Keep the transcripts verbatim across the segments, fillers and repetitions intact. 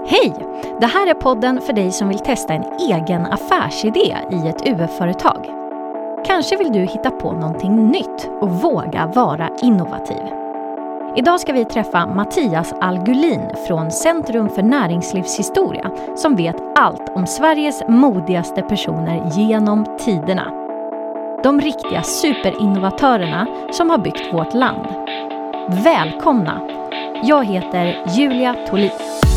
Hej! Det här är podden för dig som vill testa en egen affärsidé i ett U F-företag. Kanske vill du hitta på någonting nytt och våga vara innovativ. Idag ska vi träffa Mattias Algulin från Centrum för näringslivshistoria som vet allt om Sveriges modigaste personer genom tiderna. De riktiga superinnovatörerna som har byggt vårt land. Välkomna! Jag heter Julia Tolin.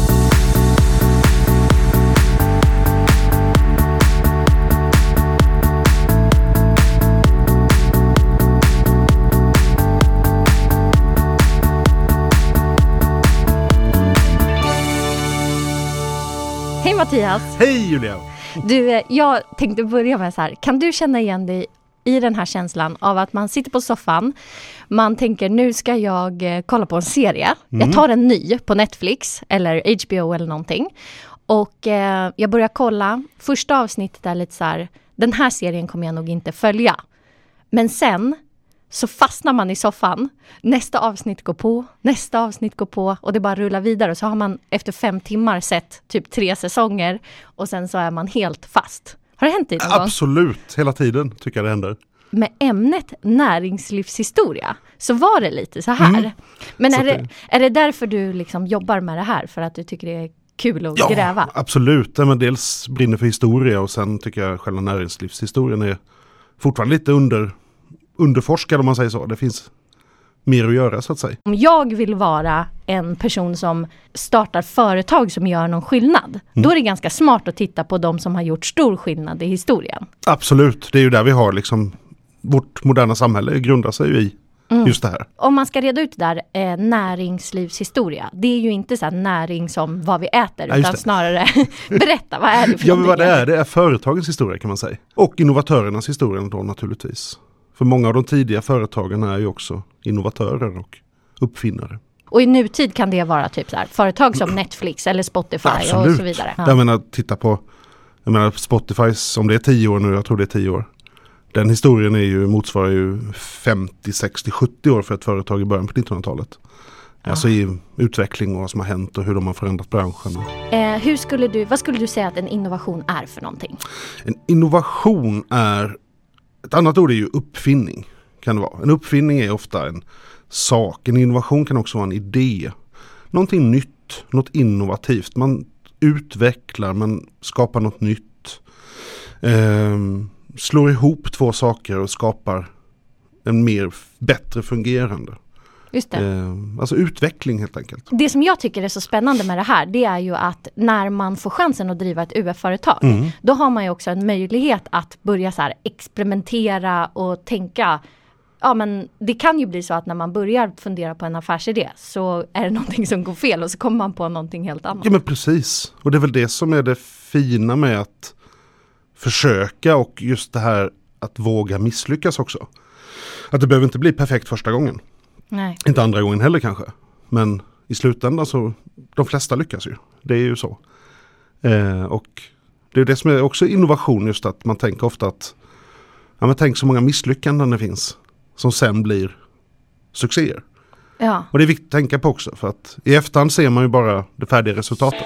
Hej Mattias! Hej Julia! Du, jag tänkte börja med så här. Kan du känna igen dig i den här känslan av att man sitter på soffan, man tänker nu ska jag eh, kolla på en serie. Mm. Jag tar en ny på Netflix eller H B O eller någonting. Och eh, jag börjar kolla. Första avsnittet är lite så här, den här serien kommer jag nog inte följa. Men sen så fastnar man i soffan. Nästa avsnitt går på, nästa avsnitt går på och det bara rullar vidare. Och så har man efter fem timmar sett typ tre säsonger och sen så är man helt fast. Har det hänt dig någon gång? Absolut, hela tiden tycker jag det händer. Med ämnet näringslivshistoria så var det lite så här. Mm. Men är det, är det därför du liksom jobbar med det här? För att du tycker det är kul att ja, gräva? Ja, absolut. Men dels brinner för historia och sen tycker jag själva näringslivshistorien är fortfarande lite under, underforskad om man säger så. Det finns mer att göra så att säga. Om jag vill vara en person som startar företag som gör någon skillnad, mm. då är det ganska smart att titta på de som har gjort stor skillnad i historien. Absolut, det är ju där vi har liksom, vårt moderna samhälle grundar sig ju i mm. just det här. Om man ska reda ut där eh, näringslivshistoria, det är ju inte så här näring som vad vi äter, ja, utan snarare berätta, vad är det för Ja, men vad det är, det är företagens historia kan man säga. Och innovatörernas historia då naturligtvis. För många av de tidiga företagen är ju också innovatörer och uppfinnare. Och i nutid kan det vara typ så här, företag som Netflix eller Spotify Absolut. Och så vidare. Ja. Jag menar, titta på jag menar, Spotify, om det är tio år nu, jag tror det är tio år. Den historien är ju, motsvarar ju femtio, sextio, sjuttio år för ett företag i början på nittonhundratalet. Ja. Alltså i utveckling och vad som har hänt och hur de har förändrat branschen. Eh, hur skulle du, vad skulle du säga att en innovation är för någonting? En innovation är, ett annat ord är ju uppfinning. Kan det vara. En uppfinning är ofta en sak. En innovation kan också vara en idé. Någonting nytt, något innovativt. Man utvecklar, man skapar något nytt. Eh, slår ihop två saker och skapar en mer bättre fungerande. Just det. Eh, alltså utveckling helt enkelt. Det som jag tycker är så spännande med det här, det är ju att när man får chansen att driva ett U F-företag, mm. då har man ju också en möjlighet att börja så här experimentera och tänka. Ja, men det kan ju bli så att när man börjar fundera på en affärsidé så är det någonting som går fel och så kommer man på någonting helt annat. Ja, men precis. Och det är väl det som är det fina med att försöka och just det här att våga misslyckas också. Att det behöver inte bli perfekt första gången. Nej. Inte andra gången heller kanske. Men i slutändan så, de flesta lyckas ju. Det är ju så. Eh, och det är det som är också innovation, just att man tänker ofta att ja, men tänk så många misslyckanden det finns som sen blir succéer. Ja. Och det är viktigt att tänka på också, för att i efterhand ser man ju bara det färdiga resultatet.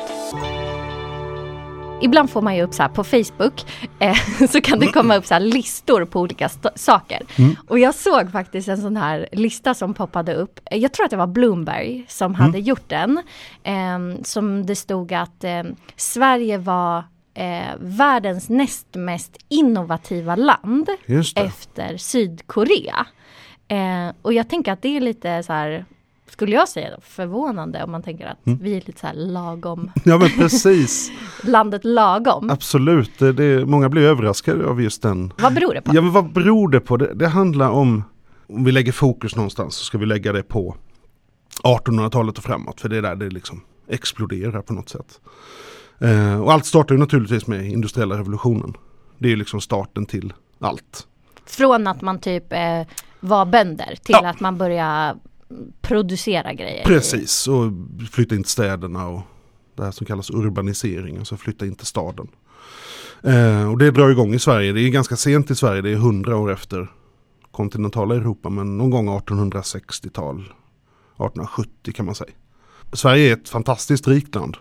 Ibland får man ju upp så här på Facebook eh, så kan det komma upp så här listor på olika st- saker. Mm. Och jag såg faktiskt en sån här lista som poppade upp. Jag tror att det var Bloomberg som mm. hade gjort den. Eh, som det stod att eh, Sverige var eh, världens näst mest innovativa land efter Sydkorea. Eh, och jag tänker att det är lite så här, skulle jag säga, förvånande om man tänker att mm. vi är lite så här lagom. Ja, men precis. Landet lagom. Absolut. Det, det, många blir överraskade av just den. Vad beror det på? Ja, men vad beror det på? Det, det handlar om, om vi lägger fokus någonstans så ska vi lägga det på artonhundratalet och framåt. För det är där det liksom exploderar på något sätt. Eh, och allt startar ju naturligtvis med industriella revolutionen. Det är ju liksom starten till allt. Från att man typ eh, var bönder till ja. att man börjar producera grejer. Precis, och flytta in till städerna och det här som kallas urbanisering, alltså flytta in till staden. Eh, och det drar igång i Sverige. Det är ganska sent i Sverige, det är hundra år efter kontinentala Europa, men någon gång artonhundrasextiotal, artonhundrasjuttio kan man säga. Sverige är ett fantastiskt rikt land.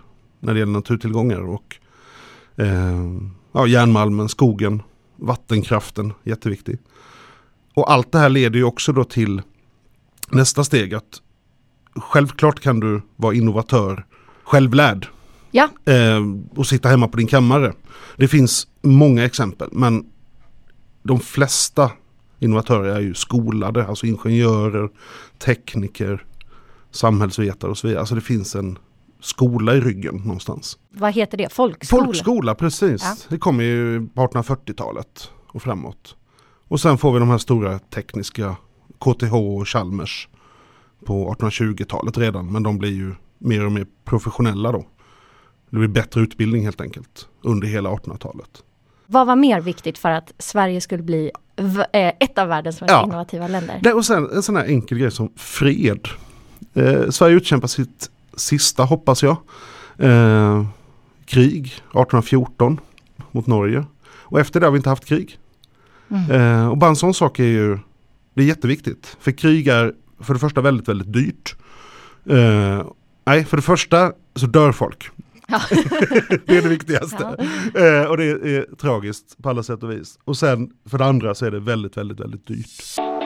när det gäller naturtillgångar och eh, ja, järnmalmen, skogen, vattenkraften, jätteviktig. Och allt det här leder ju också då till nästa steg, att självklart kan du vara innovatör självlärd. Ja. Eh, och sitta hemma på din kammare. Det finns många exempel, men de flesta innovatörer är ju skolade, alltså ingenjörer, tekniker, samhällsvetare och så vidare. Alltså det finns en skola i ryggen någonstans. Vad heter det? Folkskola? Folkskola, precis. Ja. Det kommer ju på artonhundrafyrtiotalet och framåt. Och sen får vi de här stora tekniska K T H och Chalmers på artonhundratjugotalet redan, men de blir ju mer och mer professionella då. Det blir bättre utbildning helt enkelt under hela artonhundratalet. Vad var mer viktigt för att Sverige skulle bli v- ett av världens mest ja. innovativa länder? Det, och sen en sån här enkel grej som fred. Eh, Sverige utkämpar sitt sista, hoppas jag, eh, krig artonhundrafjorton mot Norge. Och efter det har vi inte haft krig. Mm. Eh, och bara en sån sak är ju, det är jätteviktigt. För krig är för det första väldigt, väldigt dyrt. Eh, nej, för det första så dör folk. Ja. Det är det viktigaste. Ja. Eh, och det är, är tragiskt på alla sätt och vis. Och sen för det andra så är det väldigt, väldigt, väldigt dyrt.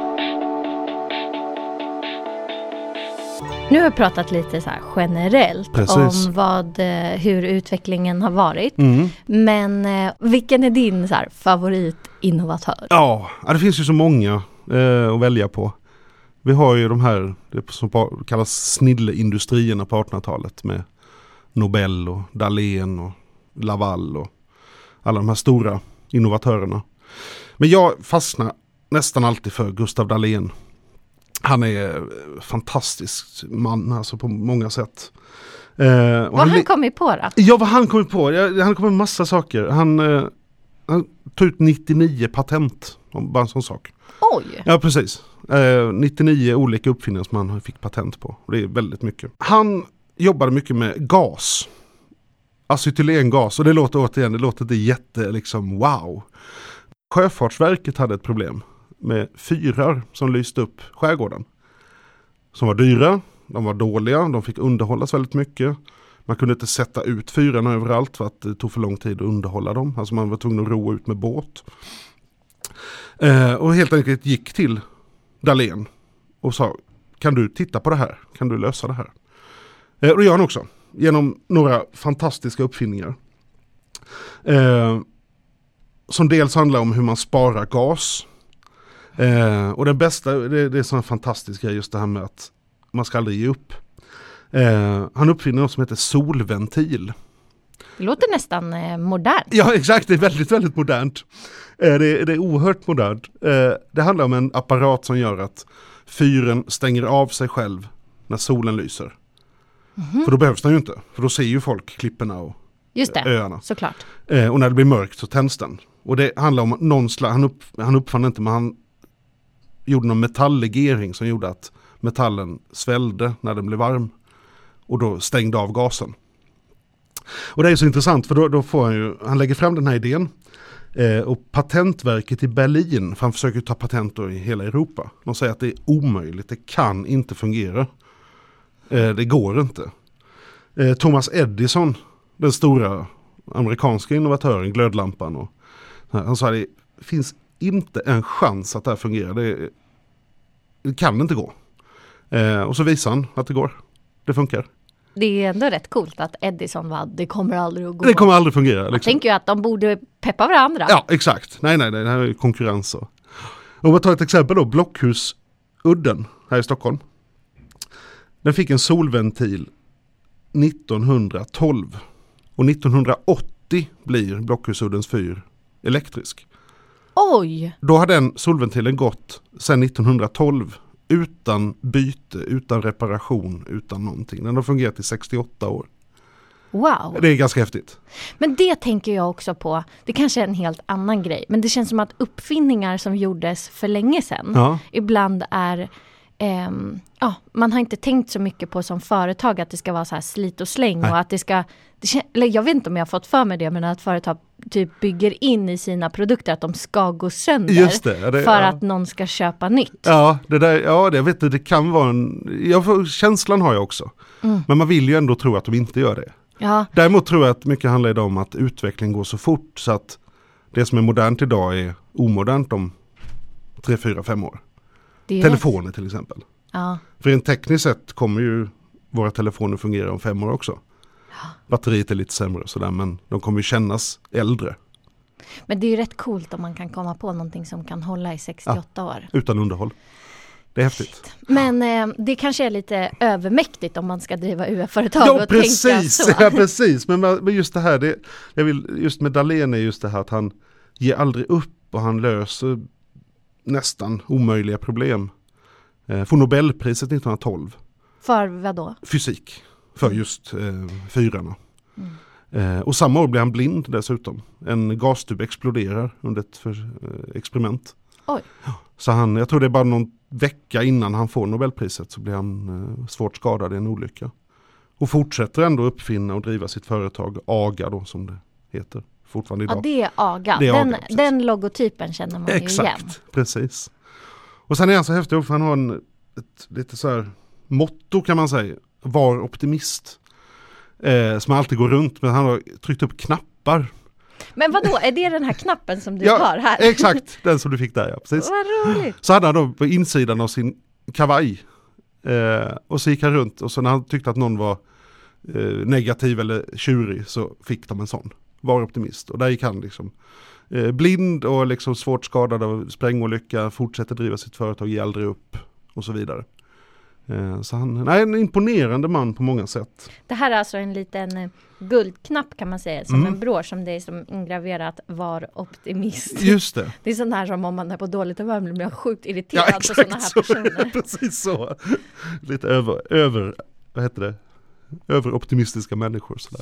Nu har jag pratat lite så här generellt Precis. om vad, hur utvecklingen har varit. Mm. Men eh, vilken är din så här, favoritinnovatör? Ja, det finns ju så många eh, att välja på. Vi har ju de här, det som kallas snilleindustrierna på artonhundratalet med Nobel och Dahlén och Laval och alla de här stora innovatörerna. Men jag fastnar nästan alltid för Gustav Dahlén. Han är fantastisk man alltså på många sätt. Eh, vad han, han kommit på då? Ja, vad han kommit på. Ja, han kom på en massa saker. Han, eh, han tog ut nittionio patent om bara en sån sak. Oj! Ja, precis. Eh, nittionio olika uppfinningar som han fick patent på. Och det är väldigt mycket. Han jobbade mycket med gas. Acetylengas. Och det låter återigen, det låter det jätte liksom wow. Sjöfartsverket hade ett problem med fyrar som lyste upp skärgården. Som var dyra, de var dåliga, de fick underhållas väldigt mycket. Man kunde inte sätta ut fyrarna överallt för att det tog för lång tid att underhålla dem. Alltså man var tvungen att ro ut med båt. Eh, och helt enkelt gick till Dahlén och sa, kan du titta på det här? Kan du lösa det här? Eh, och det gör han också. Genom några fantastiska uppfinningar. Eh, som dels handlar om hur man sparar gas. Eh, och den bästa, det, det är sån fantastisk grej just det här med att man ska aldrig ge upp. Eh, han uppfinner något som heter solventil. Det låter nästan eh, modernt. Ja, exakt. Det är väldigt, väldigt modernt. Eh, det, det är oerhört modernt. Eh, det handlar om en apparat som gör att fyren stänger av sig själv när solen lyser. Mm-hmm. För då behövs den ju inte. För då ser ju folk klipporna och Just det, öarna. Såklart. Eh, och när det blir mörkt så tänds den. Och det handlar om någon slags, han, upp, han uppfann inte, men han gjorde någon metalllegering som gjorde att metallen svällde när den blev varm. Och då stängde av gasen. Och det är så intressant för då, då får han ju, han lägger fram den här idén. Eh, och patentverket i Berlin, för han försöker ta patent då i hela Europa. De säger att det är omöjligt, det kan inte fungera. Eh, det går inte. Eh, Thomas Edison, den stora amerikanska innovatören, glödlampan. Och, han sa att det finns inte en chans att det här fungerar. Det, det kan inte gå. Eh, och så visar han att det går. Det funkar. Det är ändå rätt coolt att Edison var, det kommer aldrig att gå. Det kommer aldrig fungera. Liksom. Jag tänker ju att de borde peppa varandra. Ja, exakt. Nej, nej, nej, det här är konkurrens. Om man tar ett exempel då, Blockhusudden här i Stockholm. Den fick en solventil nittonhundratolv. Och nittonhundraåttio blir Blockhusuddens fyr elektrisk. Oj! Då har den solventilen gått sedan nittonhundratolv utan byte, utan reparation, utan någonting. Den har fungerat i sextioåtta år. Wow! Det är ganska häftigt. Men det tänker jag också på. Det kanske är en helt annan grej. Men det känns som att uppfinningar som gjordes för länge sedan ja. ibland är... Um, ja, man har inte tänkt så mycket på som företag att det ska vara så här slit och släng. Nej. Och att det ska, det, eller jag vet inte om jag har fått för mig det, men att företag typ bygger in i sina produkter att de ska gå sönder. Just det, det, för ja. att någon ska köpa nytt. Ja, det där, ja, det, jag vet inte, det kan vara en, jag får, känslan har jag också. Mm. Men man vill ju ändå tro att de inte gör det. Ja. Däremot tror jag att mycket handlar idag om att utvecklingen går så fort så att det som är modernt idag är omodernt om tre, fyra, fem år. Telefoner rätt. Till exempel. Ja. För en tekniskt sett kommer ju våra telefoner fungera om fem år också. Ja. Batteriet är lite sämre och sådär, men de kommer ju kännas äldre. Men det är ju rätt coolt om man kan komma på någonting som kan hålla i sextioåtta ja, år. Utan underhåll. Det är häftigt. Shit. Men eh, det kanske är lite övermäktigt om man ska driva U F-företag ja, och precis, tänka så. Ja, precis. Men, men just det här, det, jag vill, just med Dahlén är just det här att han ger aldrig upp och han löser nästan omöjliga problem. Eh, får Nobelpriset nittonhundratolv. För vad då? Fysik. För just eh, fyrarna. Mm. Eh, och samma år blir han blind dessutom. En gastub exploderar under ett för, eh, experiment. Oj. Så han, jag tror det är bara någon vecka innan han får Nobelpriset så blir han eh, svårt skadad i en olycka. Och fortsätter ändå uppfinna och driva sitt företag, AGA då som det heter fortfarande idag. Ja, det är AGA. Det är den, AGA, den logotypen känner man Exakt, ju igen. Exakt, precis. Och sen är han så häftig för han har en, ett lite så här motto kan man säga. Var optimist. Eh, som alltid går runt, men han har tryckt upp knappar. Men vad då? Är det den här knappen som du ja, har här? Exakt, den som du fick där, ja. Precis. Vad roligt. Så hade han då på insidan av sin kavaj. Eh, och så gick han runt och så när han tyckte att någon var eh, negativ eller tjurig så fick de en sån. Var optimist. Och där gick han liksom eh, blind och liksom svårt skadad av sprängolycka, fortsätter driva sitt företag, ger aldrig upp och så vidare. Så han nej, en imponerande man på många sätt. Det här är alltså en liten eh, guldknapp kan man säga, som mm. en brosch som det är som ingraverat var optimist. Just det. Det är sån här som om man är på dåligt humör blir man sjukt irriterad ja, på sådana här så, personer. Precis så. Lite över, över vad heter det? Överoptimistiska människor sådär.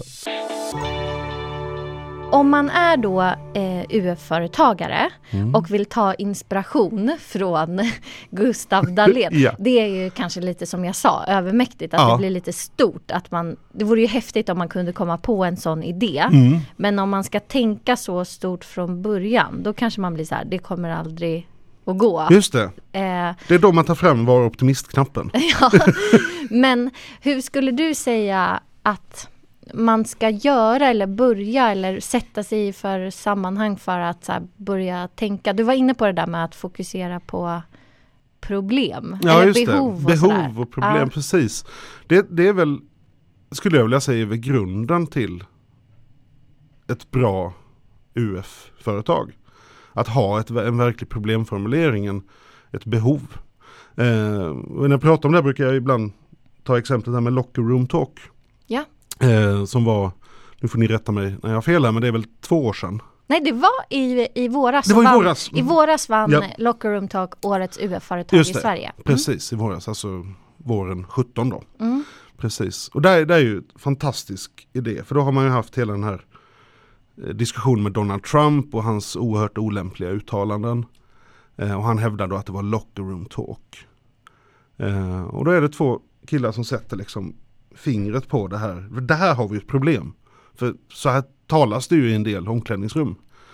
Om man är då eh, U F-företagare mm. och vill ta inspiration från Gustav Dahlén. ja. Det är ju kanske lite som jag sa, övermäktigt. Att ja. det blir lite stort. Att man, det vore ju häftigt om man kunde komma på en sån idé. Mm. Men om man ska tänka så stort från början, då kanske man blir så här, det kommer aldrig att gå. Just det. Eh, det är då man tar fram var optimistknappen. ja. Men hur skulle du säga att man ska göra eller börja eller sätta sig i för sammanhang för att så här, börja tänka? Du var inne på det där med att fokusera på problem. Ja, eller just behov det. Och behov och problem, ja. Precis. Det, det är väl, skulle jag vilja säga, över grunden till ett bra U F-företag. Att ha ett, en verklig problemformulering, en, ett behov. Eh, och när jag pratar om det brukar jag ibland ta exemplet här med locker room talk. Ja. Eh, som var, nu får ni rätta mig när jag har fel här, men det är väl två år sedan. Nej, det var i, i våras. Det var i vann, våras. I våras vann ja. Locker Room Talk årets U F-företag i Sverige. Mm. Precis, i våras, alltså våren sjutton då. Mm. Precis, och det, det är ju en fantastisk idé, för då har man ju haft hela den här eh, diskussionen med Donald Trump och hans oerhört olämpliga uttalanden. Eh, och han hävdar då att det var Locker Room Talk. Eh, och då är det två killar som sätter liksom fingret på det här. För det här har vi ett problem. För så här talas det ju i en del omklädningsrum.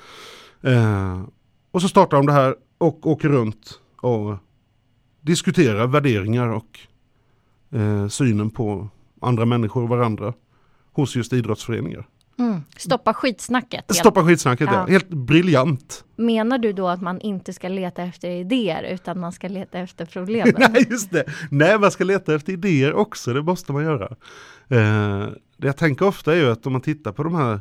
Eh, och så startar de det här och åker runt och diskuterar värderingar och eh, synen på andra människor och varandra hos just idrottsföreningar. Mm. Stoppa skitsnacket. Stoppa skitsnacket, ja. ja. Helt briljant. Menar du då att man inte ska leta efter idéer utan man ska leta efter problemen? Nej, just det. Nej, man ska leta efter idéer också. Det måste man göra. Eh, det jag tänker ofta är ju att om man tittar på de här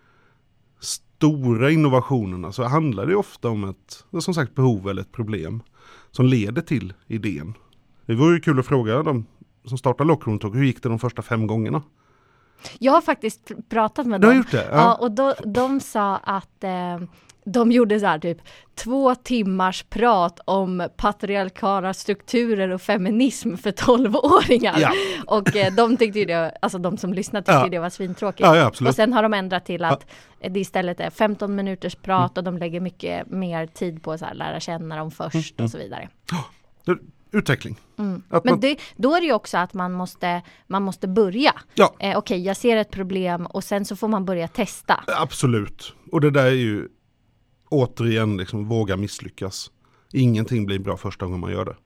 stora innovationerna så handlar det ofta om ett, som sagt, behov eller ett problem som leder till idén. Det vore ju kul att fråga dem som startar Locker Room Talk, hur gick det de första fem gångerna? Jag har faktiskt pratat med du dem. Har gjort det? Ja. Ja, och då, de sa att eh, de gjorde så här typ två timmars prat om patriarkala strukturer och feminism för tolvåringar. Ja. Och eh, de tyckte ju det, alltså de som lyssnade tyckte ja. det var svintråkigt. Ja, ja, absolut. Och sen har de ändrat till att ja. det istället är femton minuters prat mm. och de lägger mycket mer tid på att så här, lära känna dem först mm. och så vidare. Ja. Utveckling. Mm. Men man... det, då är det ju också att man måste, man måste börja. Ja. Eh, Okej, okay, jag ser ett problem och sen så får man börja testa. Absolut. Och det där är ju återigen liksom våga misslyckas. Ingenting blir bra första gången man gör det.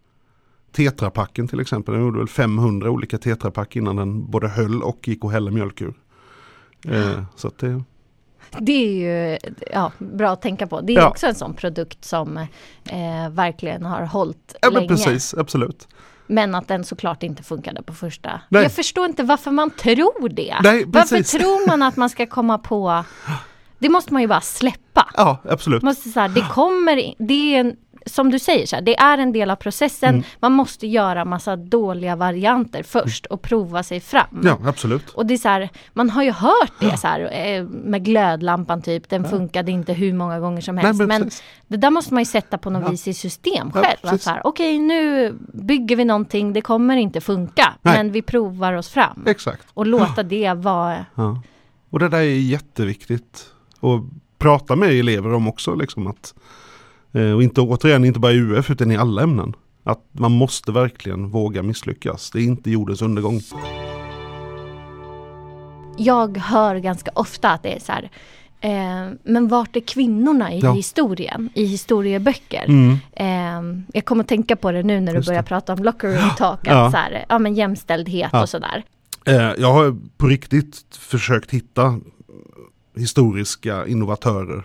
Tetrapacken till exempel, den gjorde väl femhundra olika tetrapack innan den både höll och gick och hällde mjölk ur. Eh, så att det... Det är ju ja, bra att tänka på. Det är ja. också en sån produkt som eh, verkligen har hållit ja, länge. Men precis, absolut. Men att den såklart inte funkade på första. Nej. Jag förstår inte varför man tror det. Nej, varför tror man att man ska komma på... Det måste man ju bara släppa. Ja, absolut. Måste, så här, det kommer... Det är en, som du säger, så här, det är en del av processen. Mm. Man måste göra massa dåliga varianter först och prova sig fram. Ja, absolut. Och det är så här, man har ju hört det så här, med glödlampan typ. Den ja. funkade inte hur många gånger som helst. Nej, men men det där måste man ju sätta på något ja. vis i system själv. Ja, så här, okej, nu bygger vi någonting. Det kommer inte funka. Nej. Men vi provar oss fram. Exakt. Och låta det vara... Ja. Och det där är jätteviktigt. Och prata med elever om också liksom att och inte återigen inte bara i U F utan i alla ämnen. Att man måste verkligen våga misslyckas. Det är inte jordens undergång. Jag hör ganska ofta att det är så här, eh, men vart är kvinnorna i ja. historien? I historieböcker. Mm. Eh, jag kommer att tänka på det nu när du Just börjar det. prata om locker room talk. Ja. Så här, ja, men jämställdhet ja. och sådär. Eh, jag har på riktigt försökt hitta historiska innovatörer.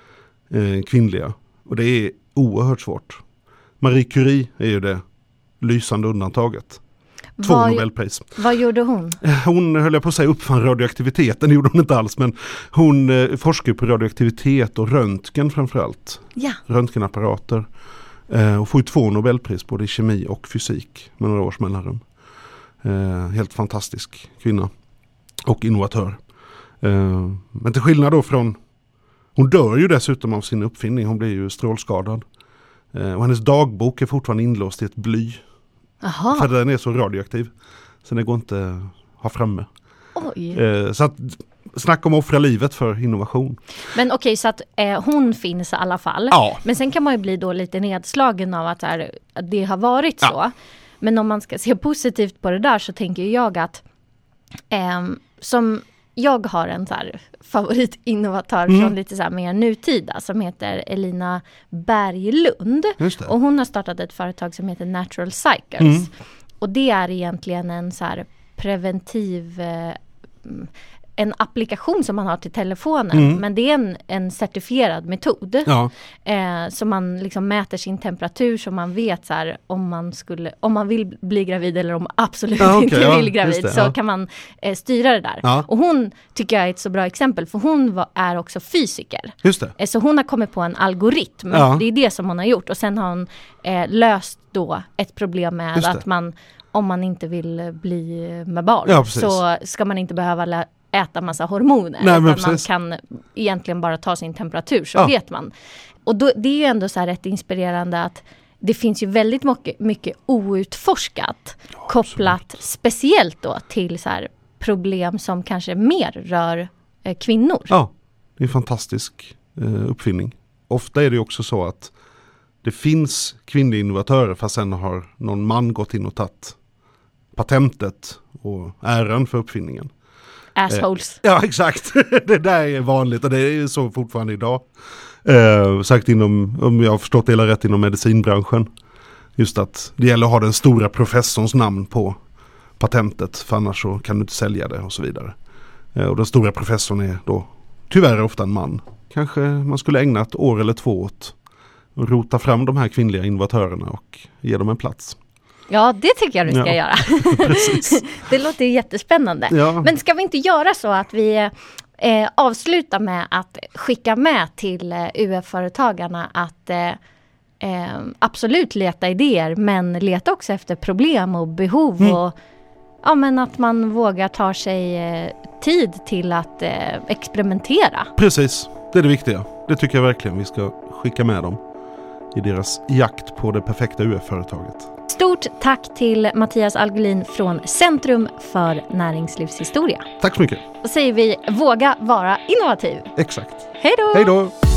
Eh, kvinnliga. Och det är oerhört svårt. Marie Curie är ju det lysande undantaget. Två vad, Nobelpris. Vad gjorde hon? Hon höll jag på att säga uppfann radioaktiviteten. Det gjorde hon inte alls. Men hon eh, forskar på radioaktivitet och röntgen framförallt. Ja. Röntgenapparater. Eh, och får ju två Nobelpris både i kemi och fysik med några års mellanrum. Eh, helt fantastisk kvinna. Och innovatör. Eh, men till skillnad då från... Hon dör ju dessutom av sin uppfinning. Hon blir ju strålskadad. Eh, och hennes dagbok är fortfarande inlåst i ett bly. Aha. För den är så radioaktiv. Så den går inte att ha framme. Oj. Eh, så att snacka om att offra livet för innovation. Men okej, okay, så att eh, hon finns i alla fall. Ja. Men sen kan man ju bli då lite nedslagen av att, här, att det har varit så. Ja. Men om man ska se positivt på det där så tänker jag att eh, som... Jag har en så här favoritinnovatör mm. från lite så här mer nutida som heter Elina Berglund. Och hon har startat ett företag som heter Natural Cycles. Mm. Och det är egentligen en så här preventiv... Eh, en applikation som man har till telefonen. Mm. Men det är en, en certifierad metod. Ja. Eh, så man liksom mäter sin temperatur så man vet så här, om man skulle om man vill bli gravid eller om man absolut ja, okay, inte ja, vill gravid det, så ja. kan man eh, styra det där. Ja. Och hon tycker jag är ett så bra exempel för hon var, är också fysiker. Just det. Eh, så hon har kommit på en algoritm. Ja. Det är det som hon har gjort. Och sen har hon eh, löst då ett problem med att man om man inte vill bli med barn ja, så ska man inte behöva lä- äta massa hormoner. Nej, utan man kan egentligen bara ta sin temperatur så ja. vet man. Och då, det är ju ändå så här rätt inspirerande att det finns ju väldigt mycket, mycket outforskat ja, kopplat absolut. speciellt då till så här problem som kanske mer rör eh, kvinnor. Ja, det är en fantastisk eh, uppfinning. Ofta är det också så att det finns kvinnliga innovatörer fast sen har någon man gått in och tagit patentet och äran för uppfinningen. Assholes. Eh, ja, exakt. Det där är vanligt och det är så fortfarande idag. Eh, sagt inom, om jag har förstått det hela rätt, inom medicinbranschen. Just att det gäller att ha den stora professorns namn på patentet för annars så kan du inte sälja det och så vidare. Eh, och den stora professorn är då tyvärr ofta en man. Kanske man skulle ägna ett år eller två åt att rota fram de här kvinnliga innovatörerna och ge dem en plats. Ja, det tycker jag du ska ja, göra. Precis. Det låter jättespännande. Ja. Men ska vi inte göra så att vi eh, avslutar med att skicka med till eh, U F-företagarna att eh, eh, absolut leta idéer men leta också efter problem och behov mm. och ja, men att man vågar ta sig eh, tid till att eh, experimentera. Precis, det är det viktiga. Det tycker jag verkligen vi ska skicka med dem i deras jakt på det perfekta U F-företaget. Stort tack till Mattias Algolin från Centrum för näringslivshistoria. Tack så mycket. Då säger vi våga vara innovativ. Exakt. Hej då! Hej då!